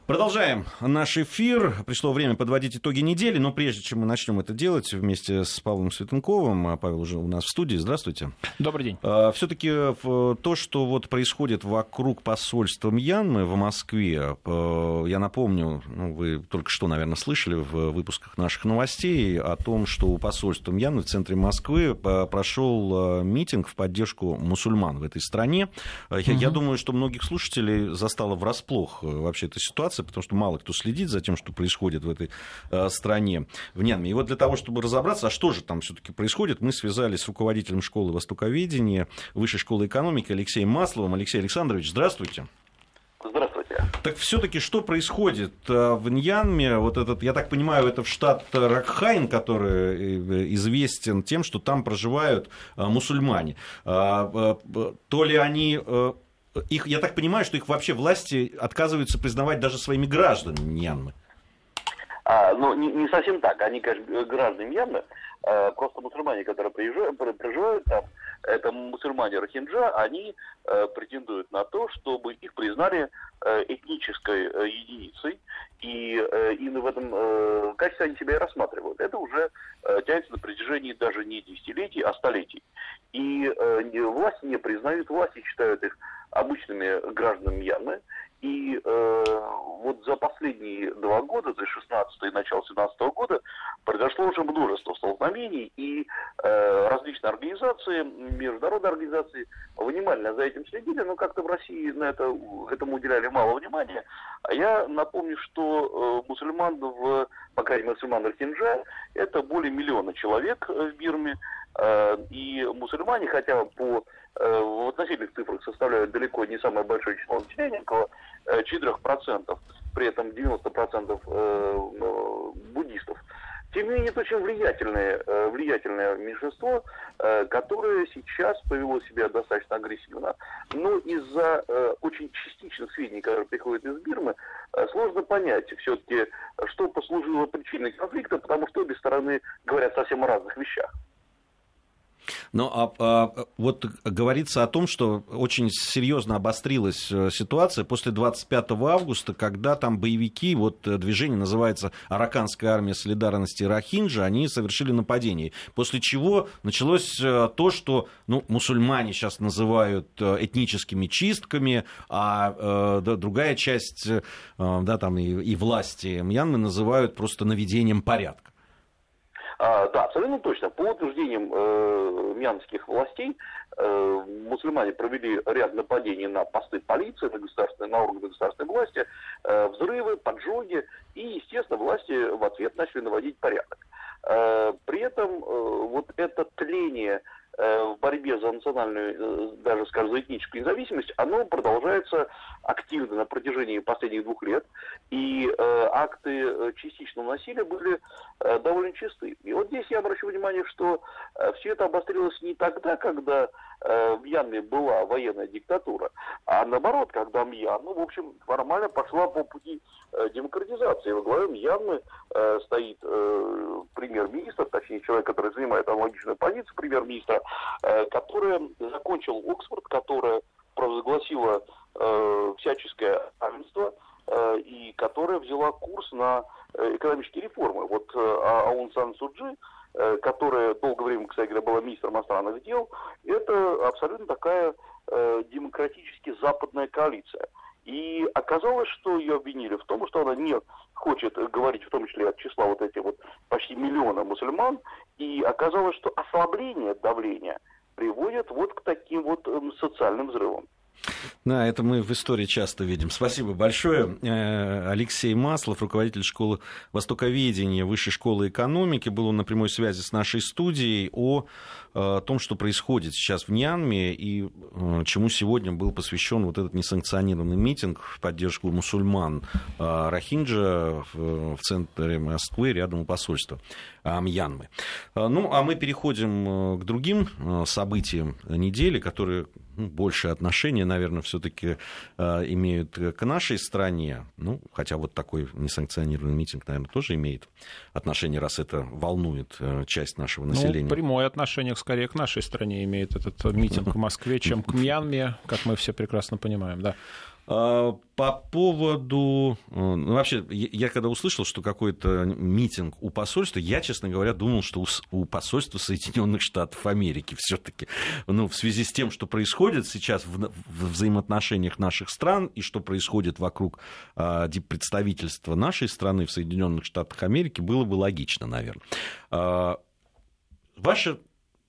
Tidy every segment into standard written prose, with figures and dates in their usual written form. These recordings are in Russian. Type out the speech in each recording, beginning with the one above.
Продолжаем наш эфир. Пришло время подводить итоги недели, но прежде чем мы начнем это делать вместе с Павлом Светенковым, Павел уже у нас в студии. Здравствуйте. Добрый день. Все-таки то, что вот происходит вокруг посольства Мьянмы в Москве, я напомню, вы только что, наверное, слышали в выпусках наших новостей о том, что у посольства Мьянмы в центре Москвы прошел митинг в поддержку мусульман в этой стране. Я думаю, что многих слушателей застала врасплох вообще эта ситуация, потому что мало кто следит за тем, что происходит в этой стране, в Мьянме. И вот для того, чтобы разобраться, а что же там все-таки происходит, мы связались с руководителем школы востоковедения Высшей школы экономики Алексеем Масловым. Алексей Александрович, здравствуйте. Здравствуйте. Так все-таки что происходит в Мьянме? Вот этот, я так понимаю, это штат Ракхайн, который известен тем, что там проживают мусульмане. То ли они... я так понимаю, что их вообще власти отказываются признавать даже своими гражданами Мьянмы. Не совсем так. Они, конечно, граждане Мьянмы, просто мусульмане, которые проживают там, это мусульмане Рохинджа, они претендуют на то, чтобы их признали этнической единицей, и в этом качестве они себя и рассматривают. Это уже тянется на протяжении даже не десятилетий, а столетий. И власти не признают, власти считают их обычными гражданами Мьянмы. И вот за последние 2 года, за 16 и начало 17 года, произошло уже множество столкновений, и различные организации, международные организации внимательно за этим следили, но как-то в России этому уделяли мало внимания. А я напомню, что мусульман, по крайней мере, мусульман Рохинджа, это более 1 миллиона человек в Бирме, и мусульмане, хотя в относительных цифрах составляют далеко не самое большое число населения, около 4%, при этом 90% буддистов. Тем не менее, это очень влиятельное меньшинство, которое сейчас повело себя достаточно агрессивно. Но из-за очень частичных сведений, которые приходят из Бирмы, сложно понять все-таки, что послужило причиной конфликта, потому что обе стороны говорят совсем о разных вещах. Но вот говорится о том, что очень серьезно обострилась ситуация после 25 августа, когда там боевики, вот движение называется «Араканская армия солидарности Рохинджа», они совершили нападение. После чего началось то, что мусульмане сейчас называют этническими чистками, а другая часть и власти Мьянмы называют просто наведением порядка. Да, абсолютно точно. По утверждениям мьянмских властей, мусульмане провели ряд нападений на посты полиции, на органы государственной власти, взрывы, поджоги, и, естественно, власти в ответ начали наводить порядок. При этом вот это тление в борьбе за национальную, даже, скажем, за этническую независимость, оно продолжается активно на протяжении последних 2 лет, и акты частичного насилия были довольно часты. И вот здесь я обращу внимание, что все это обострилось не тогда, когда в Мьянме была военная диктатура, а наоборот, когда Мьянма, в общем, формально пошла по пути демократизации. Во главе Мьянмы стоит премьер-министр, точнее человек, который занимает аналогичную позицию премьер-министра, которая закончил Оксфорд, которая провозгласила всяческое равенство и которая взяла курс на экономические реформы. Вот Аун Сан Су Чжи, которая долгое время, кстати говоря, была министром иностранных дел, это абсолютно такая демократически западная коалиция. И оказалось, что ее обвинили в том, что она не хочет говорить, в том числе от числа вот этих вот почти 1 миллиона мусульман, и оказалось, что ослабление давления приводит вот к таким вот социальным взрывам. Да, это мы в истории часто видим. Спасибо большое. Алексей Маслов, руководитель школы востоковедения Высшей школы экономики, был он на прямой связи с нашей студией о том, что происходит сейчас в Мьянме и чему сегодня был посвящен вот этот несанкционированный митинг в поддержку мусульман Рохинджа в центре Москвы, рядом у посольства Мьянмы. Ну, а мы переходим к другим событиям недели, которые больше отношения, наверное, все-таки имеют к нашей стране. Ну, хотя вот такой несанкционированный митинг, наверное, тоже имеет отношение, раз это волнует часть нашего населения. Ну, прямое отношение, скорее, к нашей стране имеет этот митинг в Москве, чем к Мьянме, как мы все прекрасно понимаем, да. По поводу... вообще, я когда услышал, что какой-то митинг у посольства, я, честно говоря, думал, что у посольства Соединенных Штатов Америки все-таки, в связи с тем, что происходит сейчас в взаимоотношениях наших стран и что происходит вокруг представительства нашей страны в Соединенных Штатах Америки, было бы логично, наверное. Ваша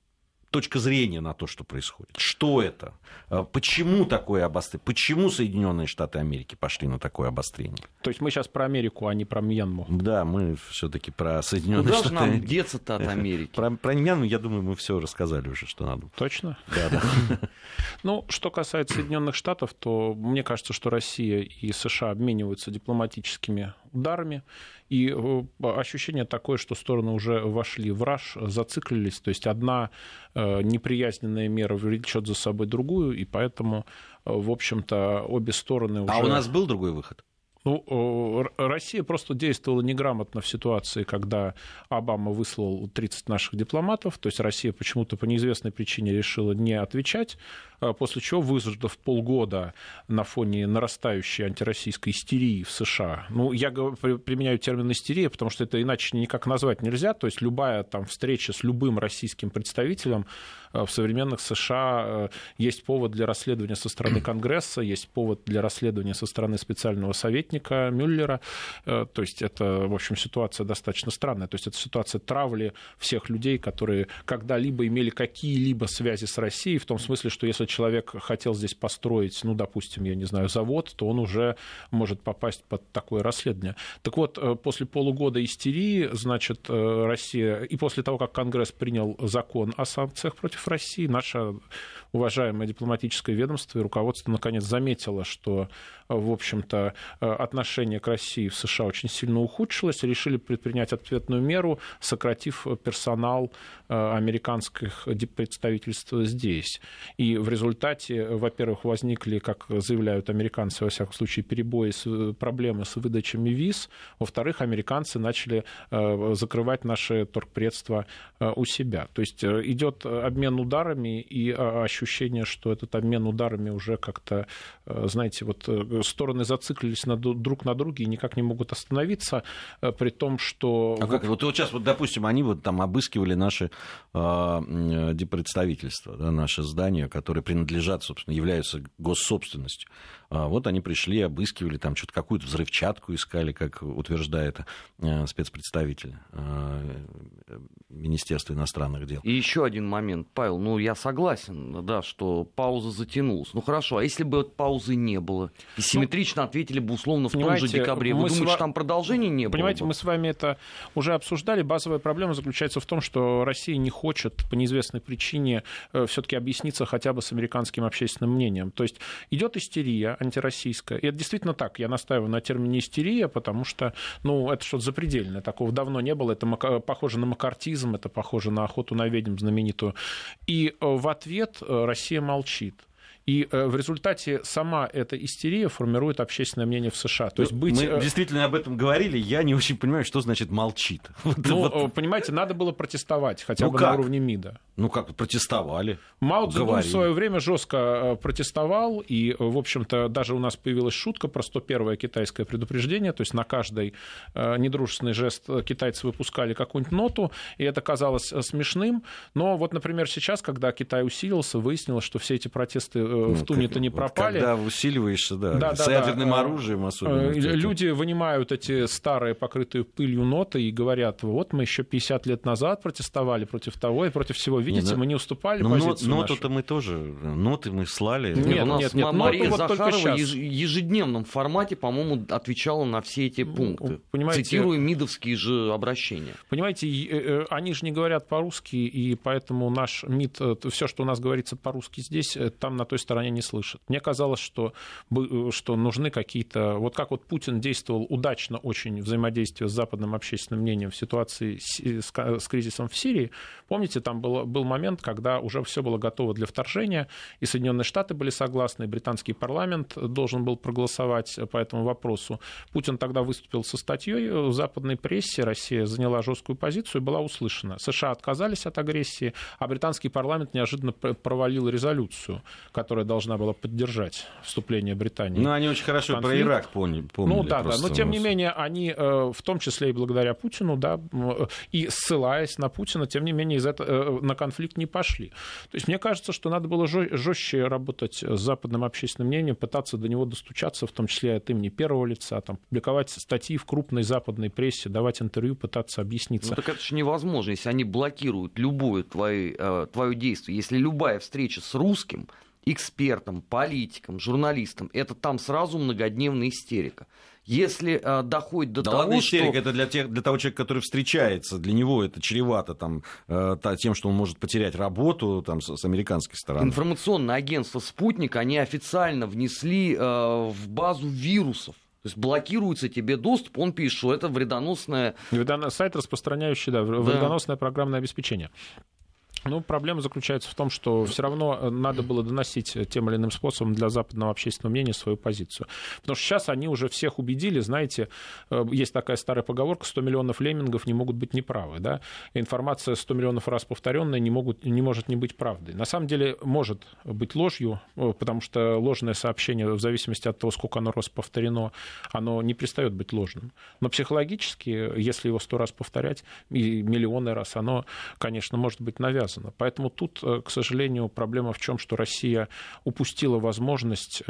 точка зрения на то, что происходит. Что это? Почему такое обострение? Почему Соединенные Штаты Америки пошли на такое обострение? То есть мы сейчас про Америку, а не про Мьянму. Да, мы все-таки про Соединенные Штаты. Куда же нам деться-то от Америки? Про Мьянму, я думаю, мы все рассказали уже, что надо. Точно? Да. Ну, что касается Соединенных Штатов, то мне кажется, что Россия и США обмениваются дипломатическими ударами. И ощущение такое, что стороны уже вошли в раж, зациклились. То есть одна неприязненная мера влечет за собой другую, и поэтому, в общем-то, обе стороны уже... А у нас был другой выход? Ну, Россия просто действовала неграмотно в ситуации, когда Обама выслал 30 наших дипломатов, то есть Россия почему-то по неизвестной причине решила не отвечать, после чего, выждав полгода на фоне нарастающей антироссийской истерии в США, ну, я применяю термин истерия, потому что это иначе никак назвать нельзя, то есть любая там встреча с любым российским представителем в современных США есть повод для расследования со стороны Конгресса, есть повод для расследования со стороны специального советника Мюллера, то есть это, в общем, ситуация достаточно странная, то есть это ситуация травли всех людей, которые когда-либо имели какие-либо связи с Россией, в том смысле, что если человек хотел здесь построить, ну, допустим, я не знаю, завод, то он уже может попасть под такое расследование. Так вот, после полугода истерии, значит, Россия, и после того, как Конгресс принял закон о санкциях против России, наше уважаемое дипломатическое ведомство и руководство наконец заметило, что, в общем-то, отношение к России в США очень сильно ухудшилось, решили предпринять ответную меру, сократив персонал американских представительств здесь. И в результате, во-первых, возникли, как заявляют американцы, во всяком случае, перебои, проблемы с выдачами виз. Во-вторых, американцы начали закрывать наши торгпредства у себя. То есть идет обмен ударами, и ощущение, что этот обмен ударами уже как-то, знаете, вот стороны зациклились друг на друге и никак не могут остановиться, при том, что... А как? Вот сейчас, вот, допустим, они вот там обыскивали наши диппредставительства, да, наши здания, которые принадлежат, собственно, являются госсобственностью. Вот они пришли, обыскивали, там что-то какую-то взрывчатку искали, как утверждает спецпредставитель Министерства иностранных дел. И еще один момент, Павел, ну я согласен, да, что пауза затянулась. Ну хорошо, а если бы паузы не было? И симметрично ответили бы условно в том же декабре. Вы думаете, что там продолжения не было? Понимаете, мы с вами это уже обсуждали. Базовая проблема заключается в том, что Россия не хочет по неизвестной причине все-таки объясниться хотя бы с американским общественным мнением. То есть идет истерия антироссийская. И это действительно так. Я настаиваю на термине истерия, потому что, ну, это что-то запредельное. Такого давно не было. Это похоже на маккартизм, это похоже на охоту на ведьм знаменитую. И в ответ Россия молчит. И в результате сама эта истерия формирует общественное мнение в США. То есть мы действительно об этом говорили, я не очень понимаю, что значит молчит. Ну, понимаете, надо было протестовать хотя бы на уровне МИДа. Ну как, протестовали. Мао Цзэдун в свое время жестко протестовал, и, в общем-то, даже у нас появилась шутка про 101-е китайское предупреждение, то есть на каждый недружественный жест китайцы выпускали какую-нибудь ноту, и это казалось смешным. Но вот, например, сейчас, когда Китай усилился, выяснилось, что все эти протесты в туне-то не пропали. Когда усиливаешься, да, с ядерным оружием особенно. Люди вынимают эти старые, покрытые пылью ноты и говорят, вот мы еще 50 лет назад протестовали против того и против всего. Видите, мы не уступали позицию нашу. Ноту-то мы тоже, ноты мы слали. Нет, у нас Мария Захарова в ежедневном формате, по-моему, отвечала на все эти пункты. Цитируя МИДовские же обращения. Понимаете, они же не говорят по-русски, и поэтому наш МИД, все, что у нас говорится по-русски здесь, там на той стороне не слышат. Мне казалось, что нужны какие-то... Вот как вот Путин действовал удачно очень взаимодействие с западным общественным мнением в ситуации с кризисом в Сирии. Помните, там был момент, когда уже все было готово для вторжения, и Соединенные Штаты были согласны, и британский парламент должен был проголосовать по этому вопросу. Путин тогда выступил со статьей в западной прессе, Россия заняла жесткую позицию и была услышана. США отказались от агрессии, а британский парламент неожиданно провалил резолюцию, которая которая должна была поддержать вступление Британии. Ну, они очень хорошо про Ирак помнили. Ну, да, но тем не менее, они, в том числе и благодаря Путину, да, и ссылаясь на Путина, тем не менее, на конфликт не пошли. То есть мне кажется, что надо было жестче работать с западным общественным мнением, пытаться до него достучаться, в том числе от имени первого лица, там, публиковать статьи в крупной западной прессе, давать интервью, пытаться объясниться. Ну, так это же невозможно, если они блокируют любое твое действие. Если любая встреча с русским экспертом, политиком, журналистом, это там сразу многодневная истерика. Если доходит до того, ладно, истерика, что... это для того человека, который встречается, для него это чревато там, тем, что он может потерять работу там, с американской стороны. Информационное агентство «Спутник», они официально внесли в базу вирусов. То есть блокируется тебе доступ, он пишет, что это вредоносное... Сайт, распространяющий, да, вредоносное программное обеспечение. Ну, проблема заключается в том, что все равно надо было доносить тем или иным способом для западного общественного мнения свою позицию. Потому что сейчас они уже всех убедили, знаете, есть такая старая поговорка, 100 миллионов леммингов не могут быть неправы. Да? Информация 100 миллионов раз повторенная не может не быть правдой. На самом деле может быть ложью, потому что ложное сообщение, в зависимости от того, сколько оно раз повторено, оно не перестает быть ложным. Но психологически, если его 100 раз повторять, и миллионы раз, оно, конечно, может быть навязано. Поэтому тут, к сожалению, проблема в чем, что Россия упустила возможность,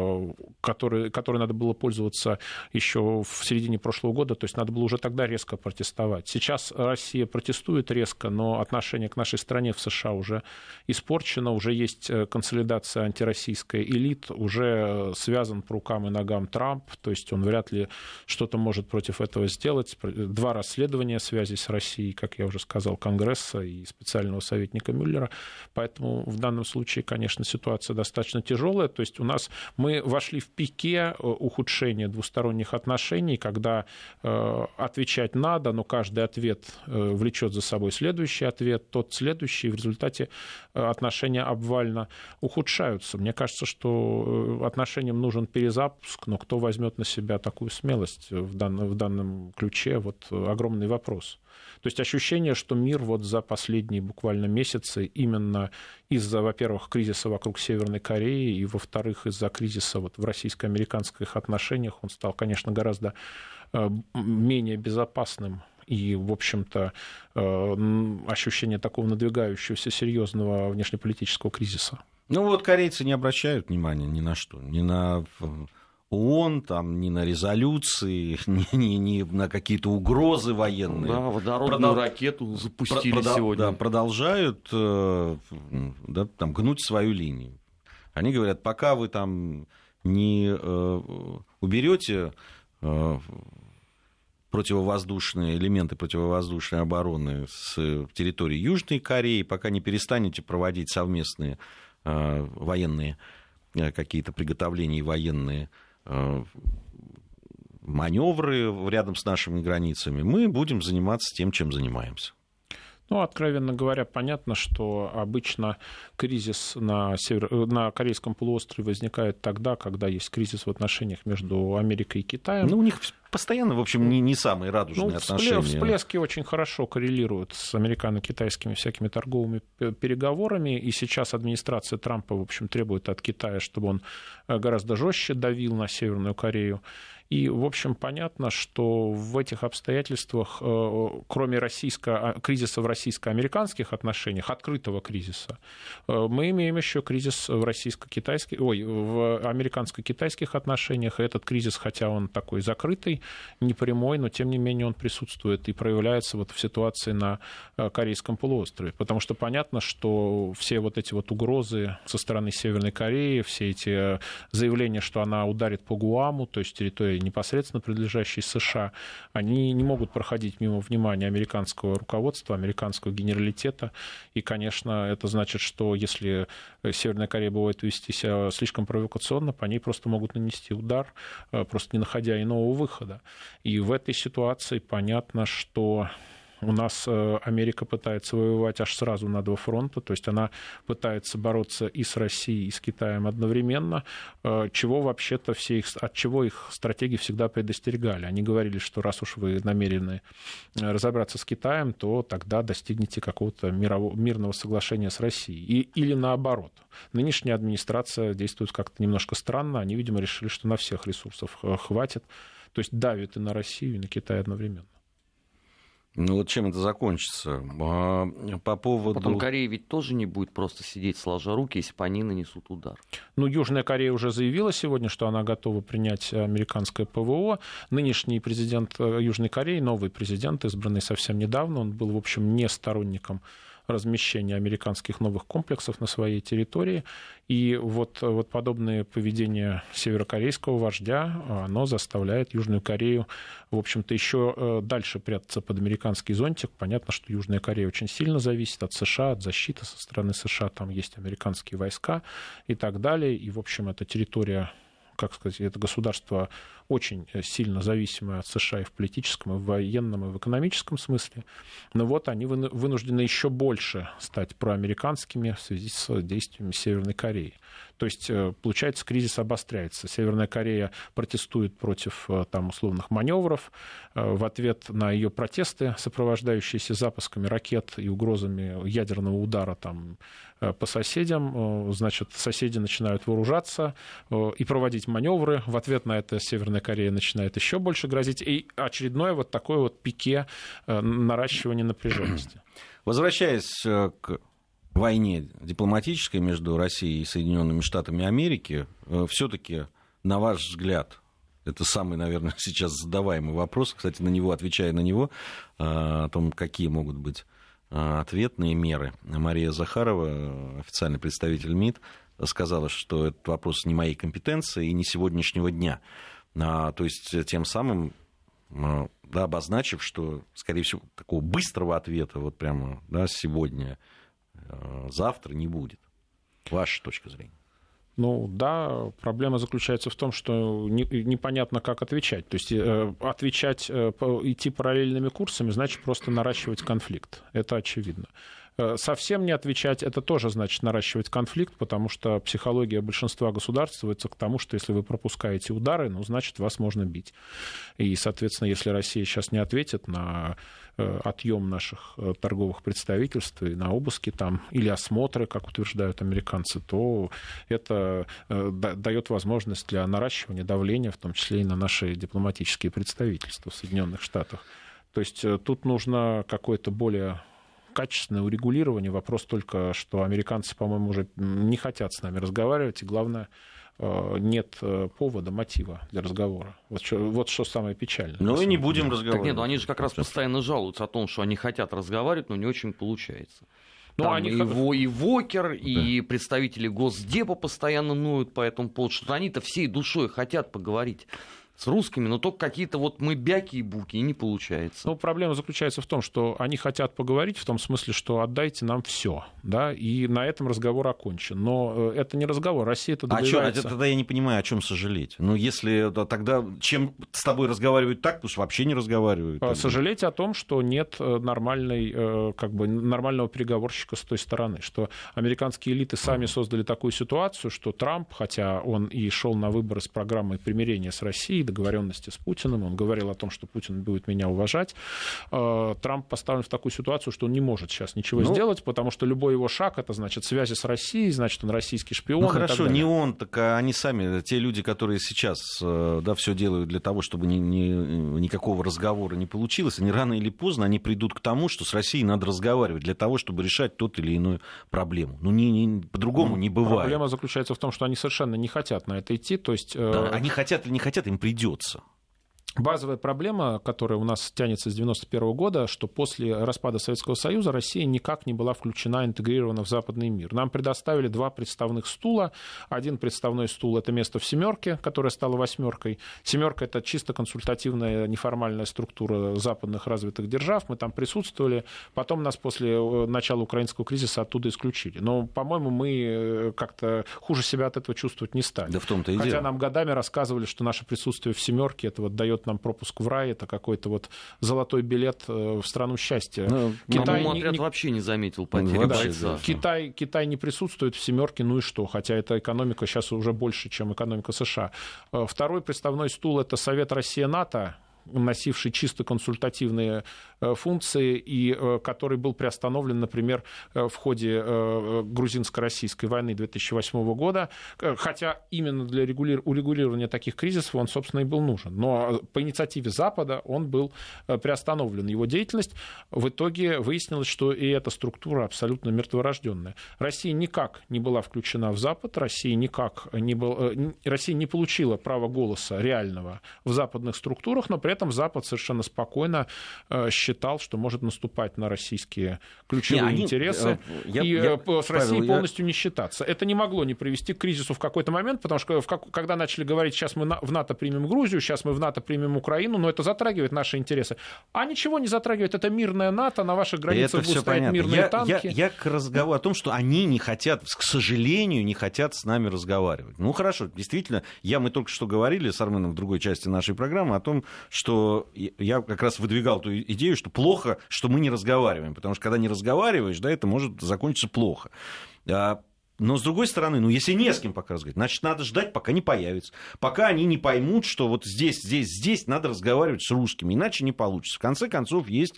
которой надо было пользоваться еще в середине прошлого года, то есть надо было уже тогда резко протестовать. Сейчас Россия протестует резко, но отношение к нашей стране в США уже испорчено, уже есть консолидация антироссийская, элит уже связан по рукам и ногам Трамп, то есть он вряд ли что-то может против этого сделать. 2 расследования связи с Россией, как я уже сказал, Конгресса и специального советника Мюллера. Поэтому в данном случае, конечно, ситуация достаточно тяжелая. То есть мы вошли в пике ухудшения двусторонних отношений, когда отвечать надо, но каждый ответ влечет за собой следующий ответ, тот следующий, и в результате отношения обвально ухудшаются. Мне кажется, что отношениям нужен перезапуск, но кто возьмет на себя такую смелость в данном ключе, вот огромный вопрос. То есть ощущение, что мир вот за последние буквально месяцы именно из-за, во-первых, кризиса вокруг Северной Кореи и, во-вторых, из-за кризиса вот в российско-американских отношениях, он стал, конечно, гораздо менее безопасным. И, в общем-то, ощущение такого надвигающегося серьезного внешнеполитического кризиса. Ну вот корейцы не обращают внимания ни на что, ни на ООН, там, ни на резолюции, ни на какие-то угрозы военные. Да, водородную ракету запустили сегодня. Да, продолжают там, гнуть свою линию. Они говорят, пока вы там не уберете элементы противовоздушной обороны с территории Южной Кореи, пока не перестанете проводить совместные военные какие-то приготовления, военные маневры рядом с нашими границами, мы будем заниматься тем, чем занимаемся. Ну, откровенно говоря, понятно, что обычно кризис на Корейском полуострове возникает тогда, когда есть кризис в отношениях между Америкой и Китаем. Ну, у них постоянно, в общем, не самые радужные отношения. Всплески очень хорошо коррелируют с американо-китайскими всякими торговыми переговорами, и сейчас администрация Трампа, в общем, требует от Китая, чтобы он гораздо жестче давил на Северную Корею. И, в общем, понятно, что в этих обстоятельствах, кроме кризиса в российско-американских отношениях, открытого кризиса, мы имеем еще кризис в американско-китайских отношениях. И этот кризис, хотя он такой закрытый, непрямой, но, тем не менее, он присутствует и проявляется вот в ситуации на Корейском полуострове. Потому что понятно, что все вот эти вот угрозы со стороны Северной Кореи, все эти заявления, что она ударит по Гуаму, то есть территории непосредственно принадлежащие США, они не могут проходить мимо внимания американского руководства, американского генералитета. И, конечно, это значит, что если Северная Корея будет вести себя слишком провокационно, по ней просто могут нанести удар, просто не находя иного выхода. И в этой ситуации понятно, что У нас Америка пытается воевать аж сразу на два фронта, то есть она пытается бороться и с Россией, и с Китаем одновременно, чего вообще-то от чего их стратеги всегда предостерегали. Они говорили, что раз уж вы намерены разобраться с Китаем, то тогда достигнете какого-то мирного соглашения с Россией. Или наоборот. Нынешняя администрация действует как-то немножко странно. Они, видимо, решили, что на всех ресурсов хватит. То есть давит и на Россию, и на Китай одновременно. Ну вот чем это закончится? По поводу... Потом Корея ведь тоже не будет просто сидеть сложа руки, если по ней нанесут удар. Ну, Южная Корея уже заявила сегодня, что она готова принять американское ПВО. Нынешний президент Южной Кореи, новый президент, избранный совсем недавно, он был, в общем, не сторонником размещения американских новых комплексов на своей территории. И вот подобное поведение северокорейского вождя, оно заставляет Южную Корею, в общем-то, еще дальше прятаться под американский зонтик. Понятно, что Южная Корея очень сильно зависит от США, от защиты со стороны США. Там есть американские войска и так далее. И, в общем, эта территория, как сказать, это государство очень сильно зависимое от США и в политическом, и в военном, и в экономическом смысле. Но вот они вынуждены еще больше стать проамериканскими в связи с действиями Северной Кореи. То есть, получается, кризис обостряется. Северная Корея протестует против там, условных маневров. В ответ на ее протесты, сопровождающиеся запусками ракет и угрозами ядерного удара там, по соседям, значит, соседи начинают вооружаться и проводить маневры. В ответ на это Северная Корея начинает еще больше грозить. И очередное вот такое вот пике наращивания напряженности. Возвращаясь к войне дипломатической между Россией и Соединенными Штатами Америки, все-таки, на ваш взгляд, это самый, наверное, сейчас задаваемый вопрос, кстати, отвечая на него, о том, какие могут быть ответные меры. Мария Захарова, официальный представитель МИД, сказала, что этот вопрос не моей компетенции и не сегодняшнего дня. То есть, тем самым, да, обозначив, что, скорее всего, такого быстрого ответа вот прямо сегодня, завтра не будет. Ваша точка зрения? Ну да, проблема заключается в том, что непонятно, как отвечать. То есть отвечать, идти параллельными курсами, значит просто наращивать конфликт. Это очевидно. Совсем не отвечать, это тоже значит наращивать конфликт, потому что психология большинства государств сводится к тому, что если вы пропускаете удары, ну, значит, вас можно бить. И, соответственно, если Россия сейчас не ответит на отъем наших торговых представительств и на обыски там, или осмотры, как утверждают американцы, то это дает возможность для наращивания давления, в том числе и на наши дипломатические представительства в Соединенных Штатах. То есть тут нужно какое-то более качественное урегулирование. Вопрос только, что американцы, по-моему, уже не хотят с нами разговаривать, и главное, нет повода, мотива для разговора. Вот что самое печальное. Ну и не будем разговаривать. Так нет, они же как раз постоянно жалуются о том, что они хотят разговаривать, но не очень получается. Там и Вокер, и представители Госдепа постоянно ноют по этому поводу, что они-то всей душой хотят поговорить с русскими, но только какие-то вот мы бяки и буки, и не получается. Ну, проблема заключается в том, что они хотят поговорить в том смысле, что отдайте нам все, да, и на этом разговор окончен. Но это не разговор, Россия это добивается... Тогда я не понимаю, о чем сожалеть. Ну, если тогда чем с тобой разговаривают так, пусть вообще не разговаривают. Сожалеть о том, что нет нормального переговорщика с той стороны, что американские элиты сами создали такую ситуацию, что Трамп, хотя он и шел на выборы с программой примирения с Россией, договоренности с Путиным, он говорил о том, что Путин будет меня уважать. Трамп поставлен в такую ситуацию, что он не может сейчас ничего сделать, потому что любой его шаг, это значит связи с Россией, значит он российский шпион. Ну хорошо, не он, так они сами, те люди, которые сейчас все делают для того, чтобы никакого разговора не получилось, они рано или поздно они придут к тому, что с Россией надо разговаривать для того, чтобы решать тот или иную проблему. По-другому не бывает. Проблема заключается в том, что они совершенно не хотят на это идти. То есть, они хотят или не хотят, им придется. Базовая проблема, которая у нас тянется с 1991 года, что после распада Советского Союза Россия никак не была включена, интегрирована в западный мир. Нам предоставили 2 представных стула. Один представной стул — это место в «семерке», которое стало 8-кой. «Семерка» — это чисто консультативная неформальная структура западных развитых держав. Мы там присутствовали. Потом нас после начала украинского кризиса оттуда исключили. Но, по-моему, мы как-то хуже себя от этого чувствовать не стали. Да в том-то и Хотя дело. нам годами рассказывали, что наше присутствие в «семерке» — это вот дает дает нам пропуск в рай, это какой-то вот золотой билет в страну счастья. Китай отряд вообще не заметил потери бойца. Китай не присутствует в семерке, ну и что? Хотя эта экономика сейчас уже больше, чем экономика США. Второй приставной стул — это Совет Россия-НАТО, носивший чисто консультативные функции, и который был приостановлен, например, в ходе грузинско-российской войны 2008 года, хотя именно для урегулирования таких кризисов он, собственно, и был нужен. Но по инициативе Запада он был приостановлен. Его деятельность, в итоге выяснилось, что и эта структура абсолютно мертворожденная. Россия никак не была включена в Запад, Россия не получила права голоса реального в западных структурах, но при этом Запад совершенно спокойно считал, что может наступать на российские ключевые интересы с Россией полностью не считаться. Это не могло не привести к кризису в какой-то момент, потому что когда начали говорить, сейчас мы в НАТО примем Грузию, сейчас мы в НАТО примем Украину, но это затрагивает наши интересы. А ничего не затрагивает. Это мирное НАТО, на ваших границах будут стоять мирные танки. Я к разговору о том, что они не хотят, к сожалению, не хотят с нами разговаривать. Ну хорошо, действительно, мы только что говорили с Арменом в другой части нашей программы о том, что я как раз выдвигал ту идею, что плохо, что мы не разговариваем, потому что когда не разговариваешь, да, это может закончиться плохо. Но, с другой стороны, если не с кем пока разговаривать, значит, надо ждать, пока не появится. Пока они не поймут, что вот здесь надо разговаривать с русскими, иначе не получится. В конце концов, есть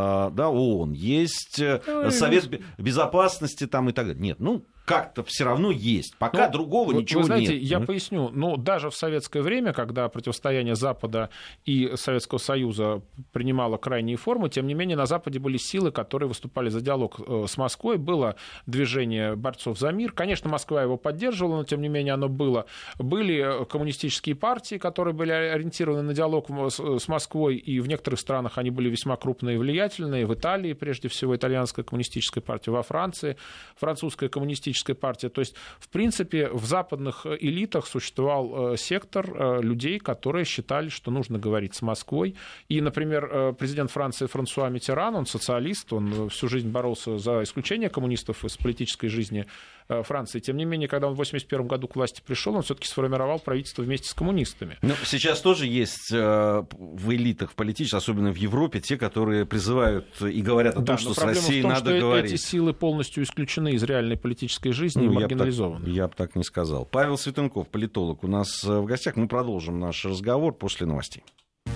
ООН, есть Совет Безопасности там, и так далее. Нет, как-то все равно есть. Пока другого ничего нет. Вы знаете, я поясню. Даже в советское время, когда противостояние Запада и Советского Союза принимало крайние формы, тем не менее на Западе были силы, которые выступали за диалог с Москвой. Было движение борцов за мир. Конечно, Москва его поддерживала, но тем не менее оно было. Были коммунистические партии, которые были ориентированы на диалог с Москвой, и в некоторых странах они были весьма крупные и влиятельные. В Италии, прежде всего, итальянская коммунистическая партия, во Франции французская коммунистическая партия. То есть, в принципе, в западных элитах существовал сектор людей, которые считали, что нужно говорить с Москвой. И, например, президент Франции Франсуа Миттеран, он социалист, он всю жизнь боролся за исключение коммунистов из политической жизни Франции. Тем не менее, когда он в 1981 году к власти пришел, он все-таки сформировал правительство вместе с коммунистами. Сейчас тоже есть в элитах политических, особенно в Европе, те, которые призывают и говорят о том, что с Россией надо говорить. Эти силы полностью исключены из реальной политической жизни и маргинализованы. Я бы так не сказал. Павел Светенков, политолог, у нас в гостях. Мы продолжим наш разговор после новостей.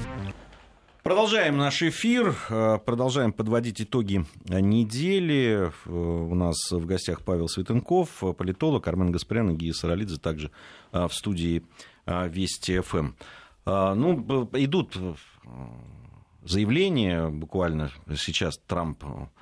Продолжаем наш эфир, продолжаем подводить итоги недели. У нас в гостях Павел Светенков, политолог, Армен Гаспарян и Гия Саралидзе, также в студии Вести ФМ. Идут заявления, буквально сейчас Трамп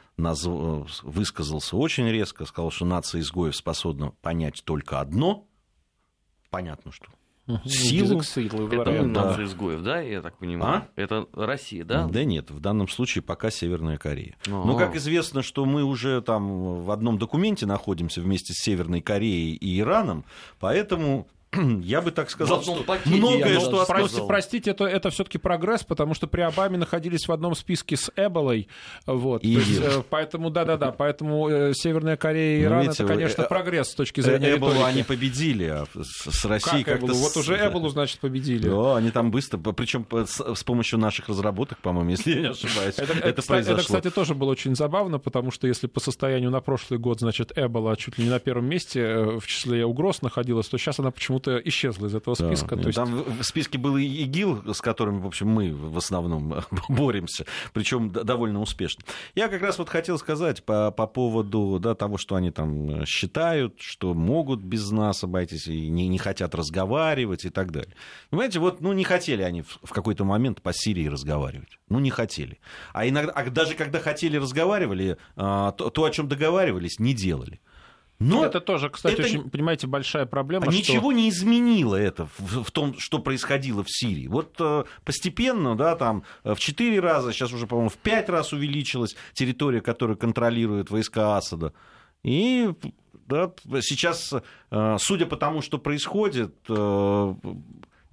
высказался очень резко, сказал, что нация изгоев способна понять только одно. Понятно, что силу. Это нация изгоев, да, я так понимаю? Это Россия, да? Да нет, в данном случае пока Северная Корея. Но как известно, что мы уже там в одном документе находимся вместе с Северной Кореей и Ираном, поэтому... Я бы так сказал, что многое, что относится... Простите, это все-таки прогресс, потому что при Обаме находились в одном списке с Эболой. Вот. Поэтому, поэтому Северная Корея и Иран, это, конечно, прогресс с точки зрения Эболу они победили, а с Россией как-то... Вот уже Эболу, значит, победили. Да, они там быстро, причем с помощью наших разработок, по-моему, если я не ошибаюсь, это произошло. Это, кстати, тоже было очень забавно, потому что если по состоянию на прошлый год, значит, Эбола чуть ли не на первом месте в числе угроз находилась, то сейчас она почему-то исчезла из этого списка. Да. То есть... Там в списке был и ИГИЛ, с которыми, в общем, мы в основном боремся, причем довольно успешно. Я как раз вот хотел сказать по поводу того, что они там считают, что могут без нас обойтись, и не хотят разговаривать и так далее. Понимаете, не хотели они в какой-то момент по Сирии разговаривать. Не хотели. А иногда, даже когда хотели, разговаривали, то, о чем договаривались, не делали. Но это тоже, кстати, очень, понимаете, большая проблема. Ничего не изменило это в том, что происходило в Сирии. Вот постепенно, там в 4 раза, сейчас уже, по-моему, в 5 раз увеличилась территория, которую контролируют войска Асада. И сейчас, судя по тому, что происходит,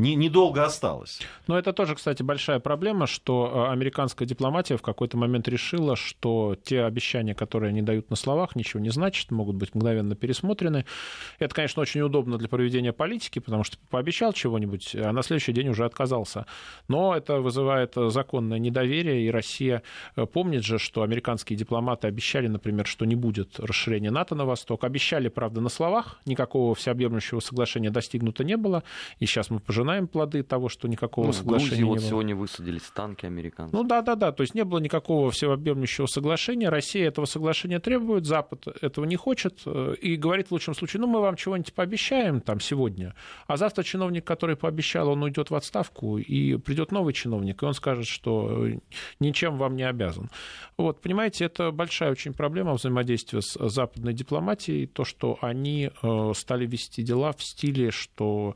недолго осталось. Но это тоже, кстати, большая проблема, что американская дипломатия в какой-то момент решила, что те обещания, которые они дают на словах, ничего не значат, могут быть мгновенно пересмотрены. Это, конечно, очень удобно для проведения политики, потому что пообещал чего-нибудь, а на следующий день уже отказался. Но это вызывает законное недоверие, и Россия помнит же, что американские дипломаты обещали, например, что не будет расширения НАТО на восток. Обещали, правда, на словах, никакого всеобъемлющего соглашения достигнуто не было, и сейчас мы пожинаем плоды того, что никакого соглашения не было. В Грузии сегодня высадились танки американцев. Да, то есть не было никакого всеобъемлющего соглашения, Россия этого соглашения требует, Запад этого не хочет, и говорит в лучшем случае, мы вам чего-нибудь пообещаем там сегодня, а завтра чиновник, который пообещал, он уйдет в отставку, и придет новый чиновник, и он скажет, что ничем вам не обязан. Вот, понимаете, это большая очень проблема взаимодействия с западной дипломатией, то, что они стали вести дела в стиле, что,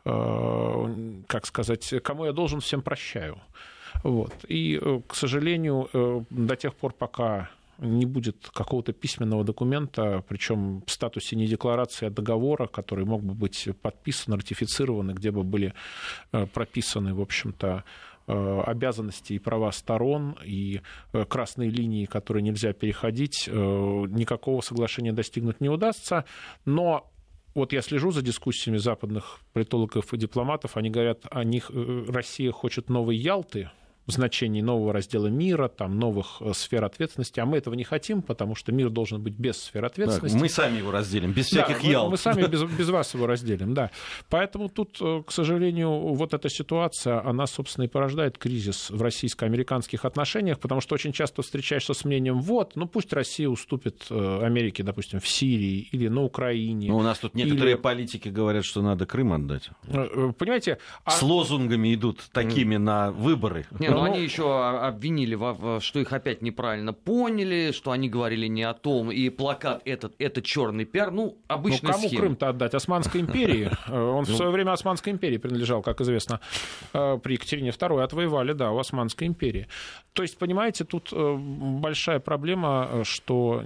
как сказать, кому я должен, всем прощаю. Вот. И, к сожалению, до тех пор, пока не будет какого-то письменного документа, причем в статусе не декларации, а договора, который мог бы быть подписан, ратифицирован, где бы были прописаны, в общем-то, обязанности и права сторон, и красные линии, которые нельзя переходить, никакого соглашения достигнуть не удастся. Но вот я слежу за дискуссиями западных политологов и дипломатов, они говорят, Россия хочет новой Ялты, в значении нового раздела мира, там, новых сфер ответственности, а мы этого не хотим, потому что мир должен быть без сфер ответственности. Да, мы сами его разделим, без всяких Ялт. Мы сами без вас его разделим, да. Поэтому тут, к сожалению, вот эта ситуация, она, собственно, и порождает кризис в российско-американских отношениях, потому что очень часто встречаешься с мнением, пусть Россия уступит Америке, допустим, в Сирии или на Украине. Но у нас тут некоторые политики говорят, что надо Крым отдать. Понимаете? С лозунгами идут такими на выборы. Но они еще обвинили, что их опять неправильно поняли, что они говорили не о том, и плакат этот, это черный пиар, обычная схема. Кому Крым-то отдать? Османской империи? Он в свое время Османской империи принадлежал, как известно, при Екатерине II отвоевали, да, у Османской империи. То есть, понимаете, тут большая проблема, что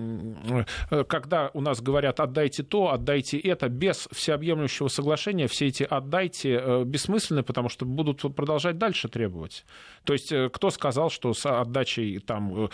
когда у нас говорят «отдайте то, отдайте это», без всеобъемлющего соглашения все эти «отдайте» бессмысленны, потому что будут продолжать дальше требовать. То есть кто сказал, что с отдачей, там,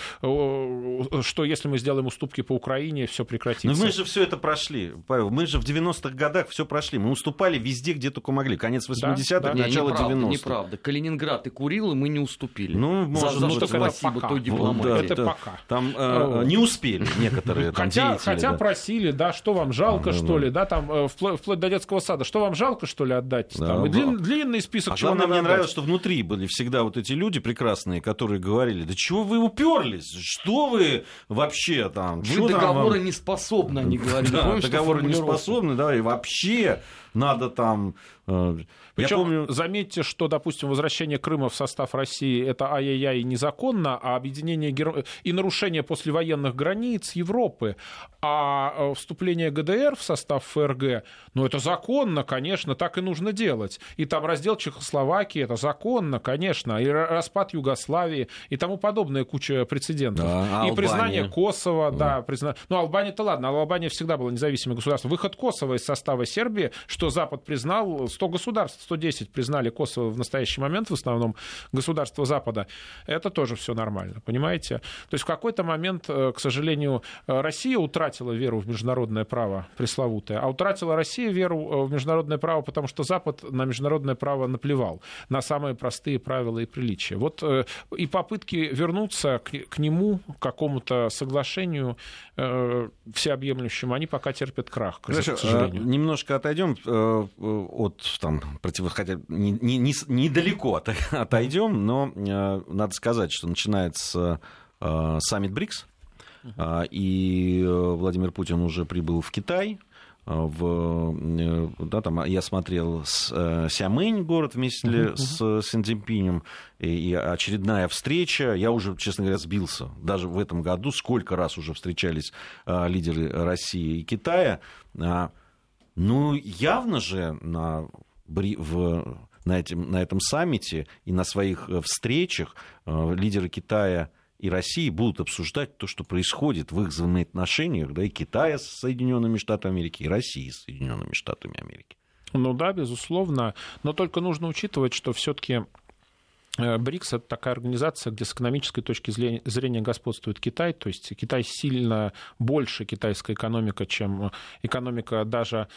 что если мы сделаем уступки по Украине, все прекратится? Но мы же все это прошли, Павел. Мы же в 90-х годах все прошли. Мы уступали везде, где только могли. Конец 80-х, начало 90-х. Неправда. Калининград и Курил, и мы не уступили. За что спасибо той дипломатии. Это пока. Там не успели некоторые деятели. Хотя просили, да, что вам жалко, что ли, да, там, вплоть до детского сада, что вам жалко, что ли, отдать? Там, и длинный список, чего надо отдать. Мне нравилось, что внутри были всегда вот эти люди прекрасные, которые говорили, да чего вы уперлись, что вы вообще там... Вы договоры не способны, они говорили. Да, договоры не способны, да, и вообще надо там... Причем, заметьте, что, допустим, возвращение Крыма в состав России — это ай-яй-яй незаконно, а объединение и нарушение послевоенных границ Европы, а вступление ГДР в состав ФРГ, это законно, конечно, так и нужно делать. И там раздел Чехословакии — это законно, конечно, и распад Югославии, и тому подобное, куча прецедентов. Да, и признание Косово, да, Албания-то ладно, Албания всегда была независимым государством. Выход Косово из состава Сербии, что Запад признал, 100 государств, 110 признали Косово в настоящий момент, в основном государства Запада, это тоже все нормально, понимаете? То есть в какой-то момент, к сожалению, Россия утратила веру в международное право пресловутое, а утратила Россия веру в международное право, потому что Запад на международное право наплевал, на самые простые правила и приличия. Вот и попытки вернуться к нему, к какому-то соглашению всеобъемлющему, они пока терпят крах, к сожалению. Немножко отойдем от хотя недалеко отойдем, но надо сказать, что начинается саммит БРИКС, и Владимир Путин уже прибыл в Китай. Там я смотрел Сямэнь, город вместе с Си Цзиньпинем, и очередная встреча. Я уже, честно говоря, сбился. Даже в этом году сколько раз уже встречались лидеры России и Китая. Явно же на этом саммите и на своих встречах лидеры Китая и России будут обсуждать то, что происходит в их взаимоотношениях, да, и Китая с Соединенными Штатами Америки, и России с Соединенными Штатами Америки. Ну да, безусловно, но только нужно учитывать, что все-таки БРИКС — это такая организация, где с экономической точки зрения господствует Китай, то есть Китай сильно больше китайская экономика, чем экономика даже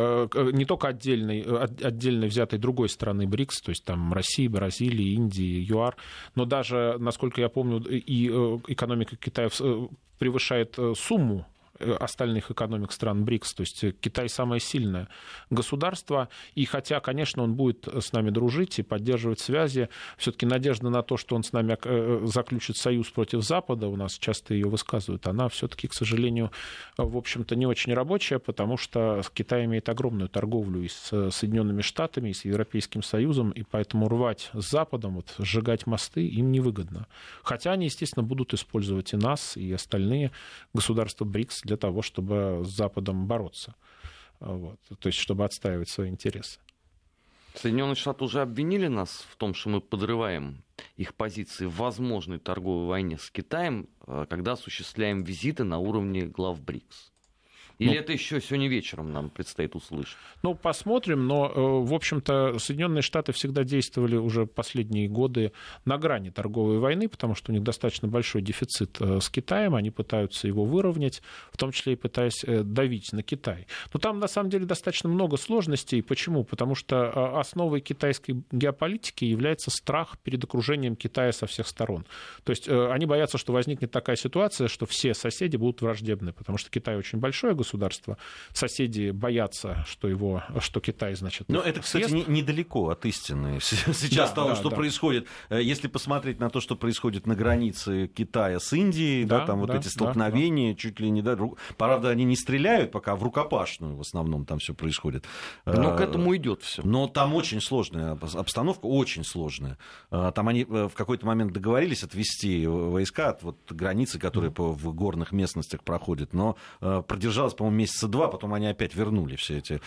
не только отдельно взятой другой страны БРИКС, то есть там России, Бразилии, Индии, ЮАР, но даже, насколько я помню, и экономика Китая превышает сумму остальных экономик стран БРИКС, то есть Китай самое сильное государство, и хотя, конечно, он будет с нами дружить и поддерживать связи, все-таки надежда на то, что он с нами заключит союз против Запада, у нас часто ее высказывают, она все-таки, к сожалению, в общем-то, не очень рабочая, потому что Китай имеет огромную торговлю и с Соединенными Штатами, и с Европейским Союзом, и поэтому рвать с Западом, вот, сжигать мосты им невыгодно. Хотя они, естественно, будут использовать и нас, и остальные государства БРИКС для того, чтобы с Западом бороться, вот, то есть чтобы отстаивать свои интересы. Соединенные Штаты уже обвинили нас в том, что мы подрываем их позиции в возможной торговой войне с Китаем, когда осуществляем визиты на уровне глав БРИКС. Или это еще сегодня вечером нам предстоит услышать? Ну, посмотрим, но, в общем-то, Соединенные Штаты всегда действовали уже последние годы на грани торговой войны, потому что у них достаточно большой дефицит с Китаем, они пытаются его выровнять, в том числе и пытаясь давить на Китай. Но там, на самом деле, достаточно много сложностей. Почему? Потому что основой китайской геополитики является страх перед окружением Китая со всех сторон. То есть они боятся, что возникнет такая ситуация, что все соседи будут враждебны, потому что Китай очень большое государство, соседи боятся, что Китай, значит... Но это, кстати, недалеко от истины сейчас того, что происходит. Если посмотреть на то, что происходит на границе Китая с Индией, там вот эти столкновения, чуть ли не... Правда, они не стреляют пока, в рукопашную в основном там все происходит. Но к этому идет все. Но там очень сложная обстановка, очень сложная. Там они в какой-то момент договорились отвести войска от вот границы, которые в горных местностях проходят, но продержалось, по-моему, месяца 2, потом они опять вернули все эти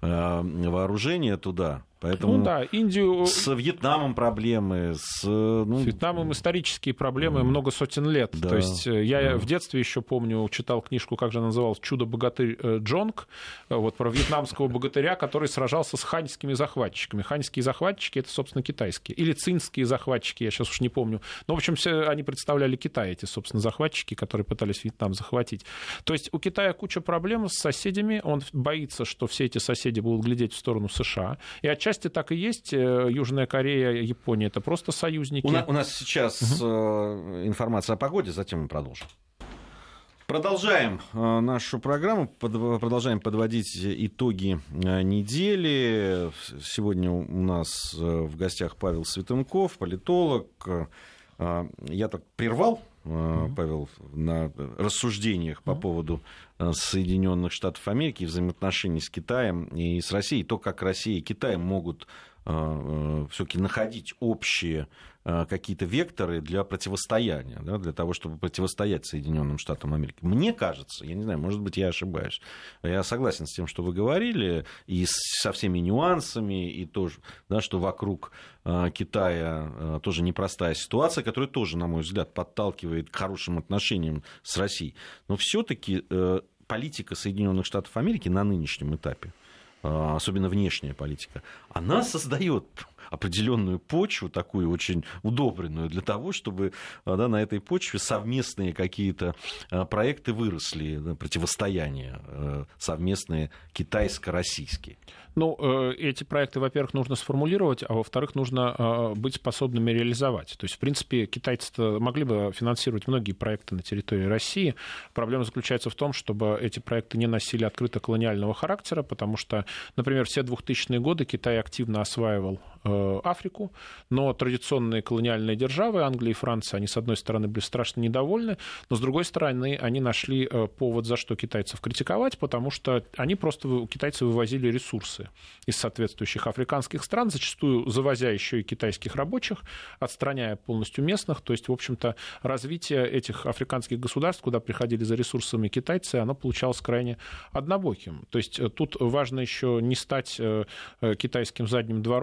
вооружения туда. Поэтому Индию... с Вьетнамом проблемы. С Вьетнамом исторические проблемы много сотен лет. Да, то есть я в детстве еще помню, читал книжку, как же она называлась, «Чудо-богатырь Джонг», вот про вьетнамского богатыря, который сражался с ханьскими захватчиками. Ханьские захватчики — это, собственно, китайские. Или цинские захватчики, я сейчас уж не помню. Но, в общем, все они представляли Китай, эти, собственно, захватчики, которые пытались Вьетнам захватить. То есть у Китая куча проблем с соседями. Он боится, что все эти соседи будут глядеть в сторону США. И отчасти так и есть. Южная Корея, Япония — это просто союзники. У нас сейчас информация о погоде, затем мы продолжим. Продолжаем нашу программу, продолжаем подводить итоги недели. Сегодня у нас в гостях Павел Светенков, политолог. Я так прервал, Павел, на рассуждениях по поводу Соединенных Штатов Америки, взаимоотношений с Китаем и с Россией, то, как Россия и Китай могут все-таки находить общие какие-то векторы для противостояния, да, для того, чтобы противостоять Соединенным Штатам Америки. Мне кажется, я не знаю, может быть, я ошибаюсь, я согласен с тем, что вы говорили, и со всеми нюансами, и тоже, да, что вокруг Китая тоже непростая ситуация, которая тоже, на мой взгляд, подталкивает к хорошим отношениям с Россией. Но все-таки политика Соединенных Штатов Америки на нынешнем этапе, особенно внешняя политика, она создает определенную почву, такую очень удобренную для того, чтобы на этой почве совместные какие-то проекты выросли, противостояния совместные китайско-российские. Эти проекты, во-первых, нужно сформулировать, а во-вторых, нужно быть способными реализовать. То есть, в принципе, китайцы могли бы финансировать многие проекты на территории России. Проблема заключается в том, чтобы эти проекты не носили открыто колониального характера, потому что, например, все 2000-е годы Китай активно осваивал Африку, но традиционные колониальные державы, Англия и Франция, они, с одной стороны, были страшно недовольны, но, с другой стороны, они нашли повод, за что китайцев критиковать, потому что китайцы вывозили ресурсы из соответствующих африканских стран, зачастую завозя еще и китайских рабочих, отстраняя полностью местных. То есть, в общем-то, развитие этих африканских государств, куда приходили за ресурсами китайцы, оно получалось крайне однобоким. То есть тут важно еще не стать китайским задним двором и китайским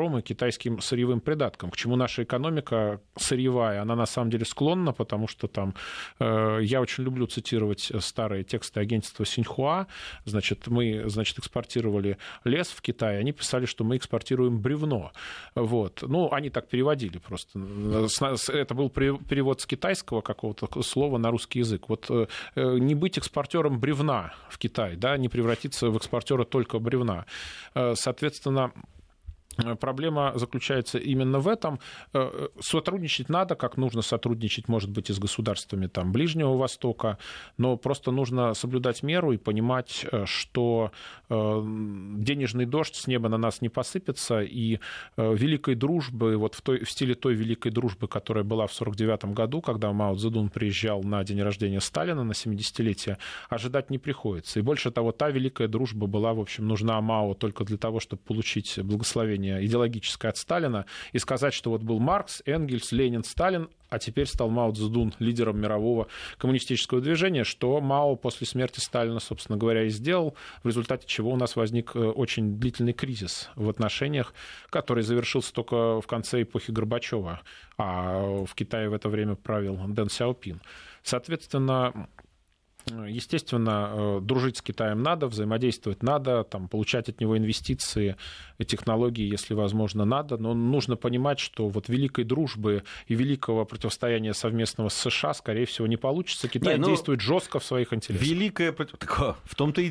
китайским сырьевым придаткам, к чему наша экономика сырьевая, она на самом деле склонна, потому что там, я очень люблю цитировать старые тексты агентства Синьхуа, мы экспортировали лес в Китай, они писали, что мы экспортируем бревно. Вот. Они так переводили просто. Это был перевод с китайского какого-то слова на русский язык. Вот не быть экспортером бревна в Китай, да, не превратиться в экспортера только бревна. Соответственно, проблема заключается именно в этом. Сотрудничать надо, как нужно сотрудничать, может быть, и с государствами там, Ближнего Востока, но просто нужно соблюдать меру и понимать, что денежный дождь с неба на нас не посыпется, и великой дружбы, вот в стиле той великой дружбы, которая была в 1949 году, когда Мао Цзэдун приезжал на день рождения Сталина, на 70-летие, ожидать не приходится. И больше того, та великая дружба была, в общем, нужна Мао только для того, чтобы получить благословение идеологическое от Сталина и сказать, что вот был Маркс, Энгельс, Ленин, Сталин, а теперь стал Мао Цзэдун лидером мирового коммунистического движения, что Мао после смерти Сталина, собственно говоря, и сделал, в результате чего у нас возник очень длительный кризис в отношениях, который завершился только в конце эпохи Горбачева, а в Китае в это время правил Дэн Сяопин. Соответственно, естественно, дружить с Китаем надо, взаимодействовать надо, получать от него инвестиции, технологии, если возможно, надо, но нужно понимать, что вот великой дружбы и великого противостояния совместного с США, скорее всего, не получится. Китай действует жестко в своих интересах. В том-то и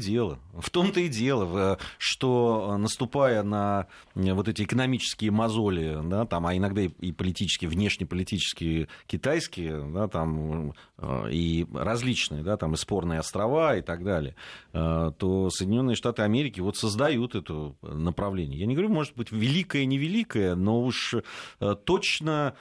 дело, что, наступая на вот эти экономические мозоли, да, а иногда и политические, внешнеполитические китайские, да, и различные, да, и спорные острова и так далее, то Соединенные Штаты Америки вот создают это направление. Я не говорю, может быть, великое, невеликое, но уж точно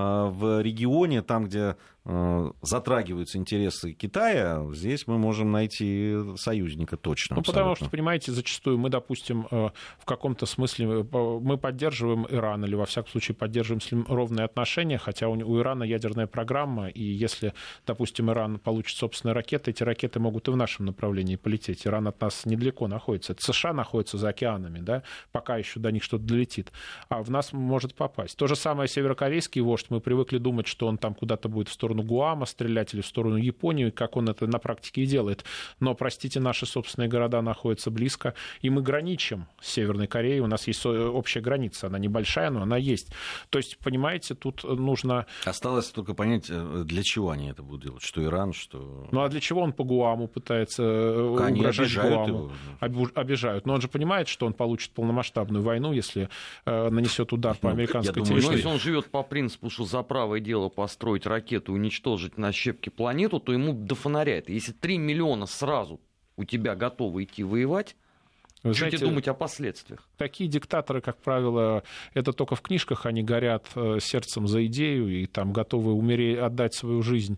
в регионе, там, где затрагиваются интересы Китая, здесь мы можем найти союзника точно. Потому что, понимаете, зачастую мы, допустим, в каком-то смысле мы поддерживаем Иран, или, во всяком случае, поддерживаем с ним ровные отношения, хотя у Ирана ядерная программа, и если, допустим, Иран получит собственные ракеты, эти ракеты могут и в нашем направлении полететь. Иран от нас недалеко находится. Это США находится за океанами, да, пока еще до них что-то долетит, а в нас может попасть. То же самое северокорейский вождь. Мы привыкли думать, что он там куда-то будет в сторону Гуама стрелять или в сторону Японии, как он это на практике и делает. Но, простите, наши собственные города находятся близко, и мы граничим с Северной Кореей. У нас есть общая граница. Она небольшая, но она есть. То есть, понимаете, тут нужно... Осталось только понять, для чего они это будут делать. Что Иран, что... А для чего он по Гуаму пытается угрожать Гуаму? Обижают. Но он же понимает, что он получит полномасштабную войну, если нанесет удар по американской территории. Если он живет по принципу, что за правое дело построить ракету, уничтожить на щепки планету, то ему до фонаря это. Если 3 миллиона сразу у тебя готовы идти воевать, вы что тебе думать о последствиях? Такие диктаторы, как правило, это только в книжках, они горят сердцем за идею и там готовы умереть, отдать свою жизнь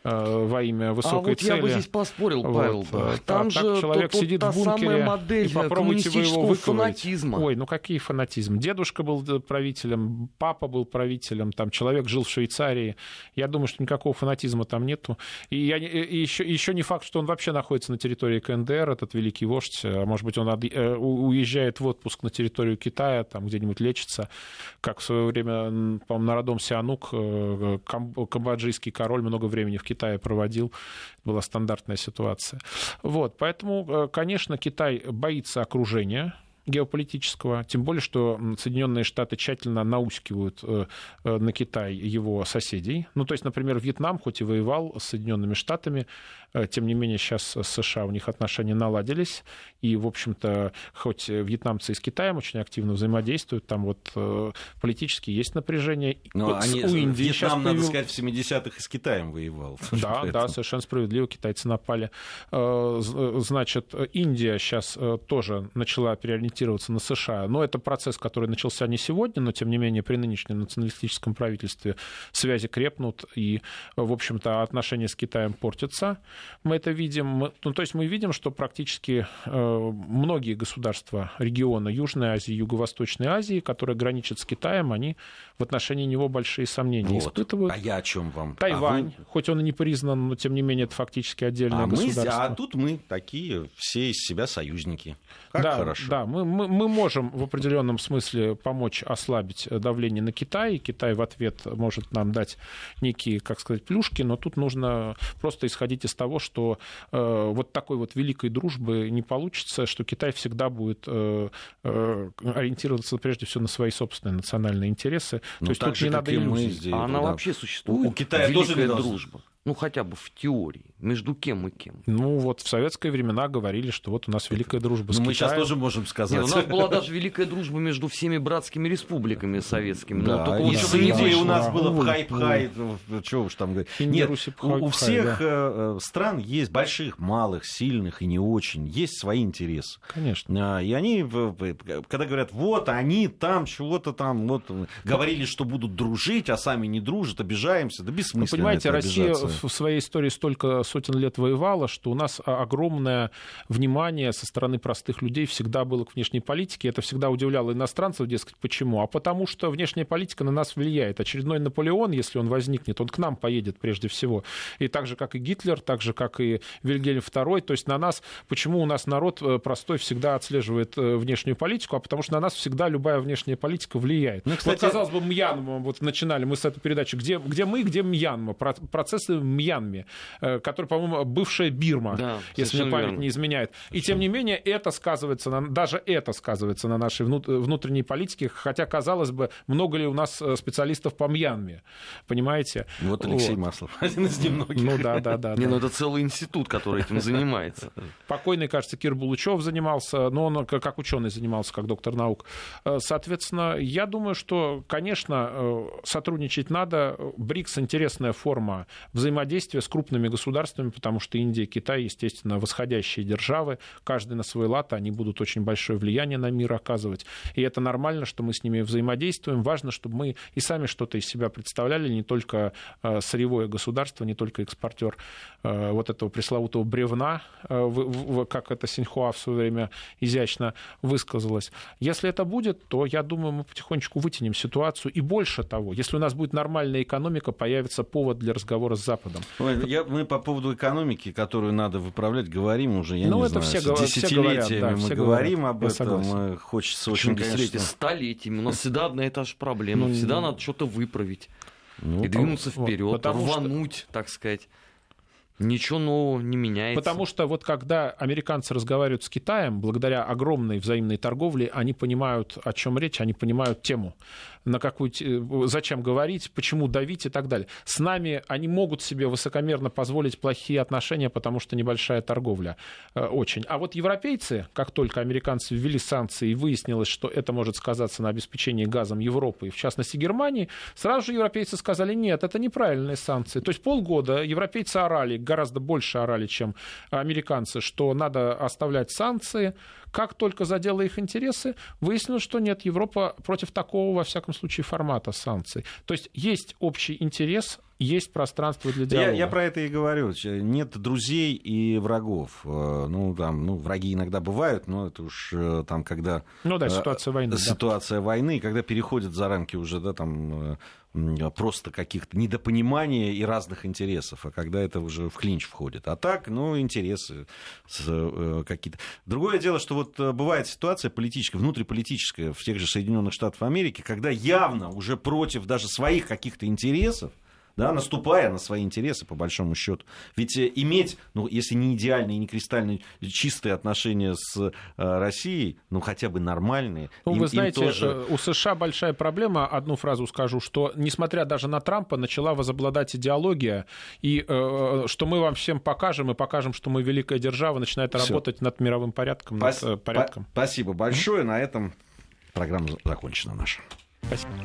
во имя высокой цели. Я бы здесь поспорил, Павел. Там же человек сидит в бункере, модель и попробуйте вы его выковырять. Фанатизма. Ой, какие фанатизм? Дедушка был правителем, папа был правителем, там человек жил в Швейцарии. Я думаю, что никакого фанатизма там нету. И еще не факт, что он вообще находится на территории КНДР, этот великий вождь. Может быть, он уезжает в отпуск на территорию Китая, там где-нибудь лечится, как в свое время, по-моему, Народом Сианук, камбоджийский король, много времени в Китае проводил. Была стандартная ситуация. Поэтому, конечно, Китай боится окружения геополитического, тем более, что Соединенные Штаты тщательно наускивают на Китай его соседей. То есть, например, Вьетнам, хоть и воевал с Соединенными Штатами, тем не менее, сейчас с США у них отношения наладились, и, в общем-то, хоть вьетнамцы и с Китаем очень активно взаимодействуют, там политически есть напряжение. Но Вьетнам, надо сказать, в 70-х и с Китаем воевал. Да, совершенно справедливо, китайцы напали. Значит, Индия сейчас тоже начала переориентироваться на США, но это процесс, который начался не сегодня, но, тем не менее, при нынешнем националистическом правительстве связи крепнут, и, в общем-то, отношения с Китаем портятся. Мы это видим, то есть мы видим, что практически многие государства региона Южной Азии, Юго-Восточной Азии, которые граничат с Китаем, они в отношении него большие сомнения испытывают. А я о чем вам? Тайвань, хоть он и не признан, но тем не менее это фактически отдельное государство. А тут мы такие все из себя союзники. Как хорошо. Да, мы мы можем в определенном смысле помочь ослабить давление на Китай. Китай в ответ может нам дать некие, как сказать, плюшки, но тут нужно просто исходить из того, что вот такой вот великой дружбы не получится, что Китай всегда будет ориентироваться прежде всего на свои собственные национальные интересы. То есть тут не надо иллюзий. А она вообще существует? У Китая тоже дружба. Ну, хотя бы в теории. Между кем и кем? Ну, вот в советские времена говорили, что вот у нас великая дружба с Китаем. Мы сейчас тоже можем сказать. Нет, у нас была даже великая дружба между всеми братскими республиками советскими. Да, но и с Индией у нас было пхай-пхай. Чего уж там говорить. Нет, у всех стран есть больших, малых, сильных и не очень. Есть свои интересы. Конечно. И они, когда говорят, вот они там чего-то там, вот говорили, что будут дружить, а сами не дружат, обижаемся. Да бессмысленно. Понимаете, Россия в своей истории столько сотен лет воевала, что у нас огромное внимание со стороны простых людей всегда было к внешней политике. Это всегда удивляло иностранцев, дескать, почему? А потому что внешняя политика на нас влияет. Очередной Наполеон, если он возникнет, он к нам поедет прежде всего. И так же, как и Гитлер, так же, как и Вильгельм II. То есть на нас, почему у нас народ простой всегда отслеживает внешнюю политику? А потому что на нас всегда любая внешняя политика влияет. Ну, кстати, вот, казалось бы, Мьянма, вот начинали мы с этой передачи. Где мы, где Мьянма? Процессы в Мьянме, который, по-моему, бывшая Бирма, да, если мне память не изменяет. И тем не менее, даже это сказывается на нашей внутренней политике, хотя, казалось бы, много ли у нас специалистов по Мьянме, понимаете? Вот Алексей Маслов, один из немногих. Ну да. Ну это целый институт, который этим занимается. Покойный, кажется, Кир Булычев занимался, но он как ученый занимался, как доктор наук. Соответственно, я думаю, что, конечно, сотрудничать надо. БРИКС — интересная форма взаимодействия с крупными государствами, потому что Индия, Китай, естественно, восходящие державы, каждый на свой лад, они будут очень большое влияние на мир оказывать. И это нормально, что мы с ними взаимодействуем. Важно, чтобы мы и сами что-то из себя представляли, не только сырьевое государство, не только экспортер вот этого пресловутого бревна, как это Синьхуа в свое время изящно высказалась. Если это будет, то, я думаю, мы потихонечку вытянем ситуацию. И больше того, если у нас будет нормальная экономика, появится повод для разговора с Западом. Мы по поводу экономики, которую надо выправлять, говорим уже, я не знаю, все десятилетиями говорят, мы говорим об этом, хочется очень, конечно... Столетиями, у нас всегда одна и та же проблема, всегда надо что-то выправить и двинуться вперед, рвануть, так сказать. Ничего нового не меняется. Потому что вот когда американцы разговаривают с Китаем, благодаря огромной взаимной торговле, они понимают, о чем речь, они понимают тему, на какую, зачем говорить, почему давить и так далее. С нами они могут себе высокомерно позволить плохие отношения, потому что небольшая торговля очень. А вот европейцы, как только американцы ввели санкции и выяснилось, что это может сказаться на обеспечении газом Европы, и в частности Германии, сразу же европейцы сказали, нет, это неправильные санкции. То есть полгода европейцы орали, гораздо больше орали, чем американцы, что надо оставлять санкции. Как только задело их интересы, выяснилось, что нет, Европа против такого, во всяком случае, формата санкций. То есть есть общий интерес, есть пространство для диалога. Я про это и говорю. Нет друзей и врагов. Враги иногда бывают, но это уж там, когда... ситуация войны. Ситуация войны, когда переходит за рамки уже, просто каких-то недопонимания и разных интересов, а когда это уже в клинч входит. А так, интересы какие-то. Другое дело, что вот бывает ситуация политическая, внутриполитическая в тех же Соединенных Штатах Америки, когда явно уже против даже своих каких-то интересов, наступая на свои интересы, по большому счету. Ведь иметь, если не идеальные, не кристально чистые отношения с Россией, хотя бы нормальные. Вы знаете, тоже... у США большая проблема, одну фразу скажу, что, несмотря даже на Трампа, начала возобладать идеология, и что мы вам всем покажем, и покажем, что мы великая держава, начинает работать над мировым порядком. Спасибо большое. На этом программа закончена наша. Спасибо.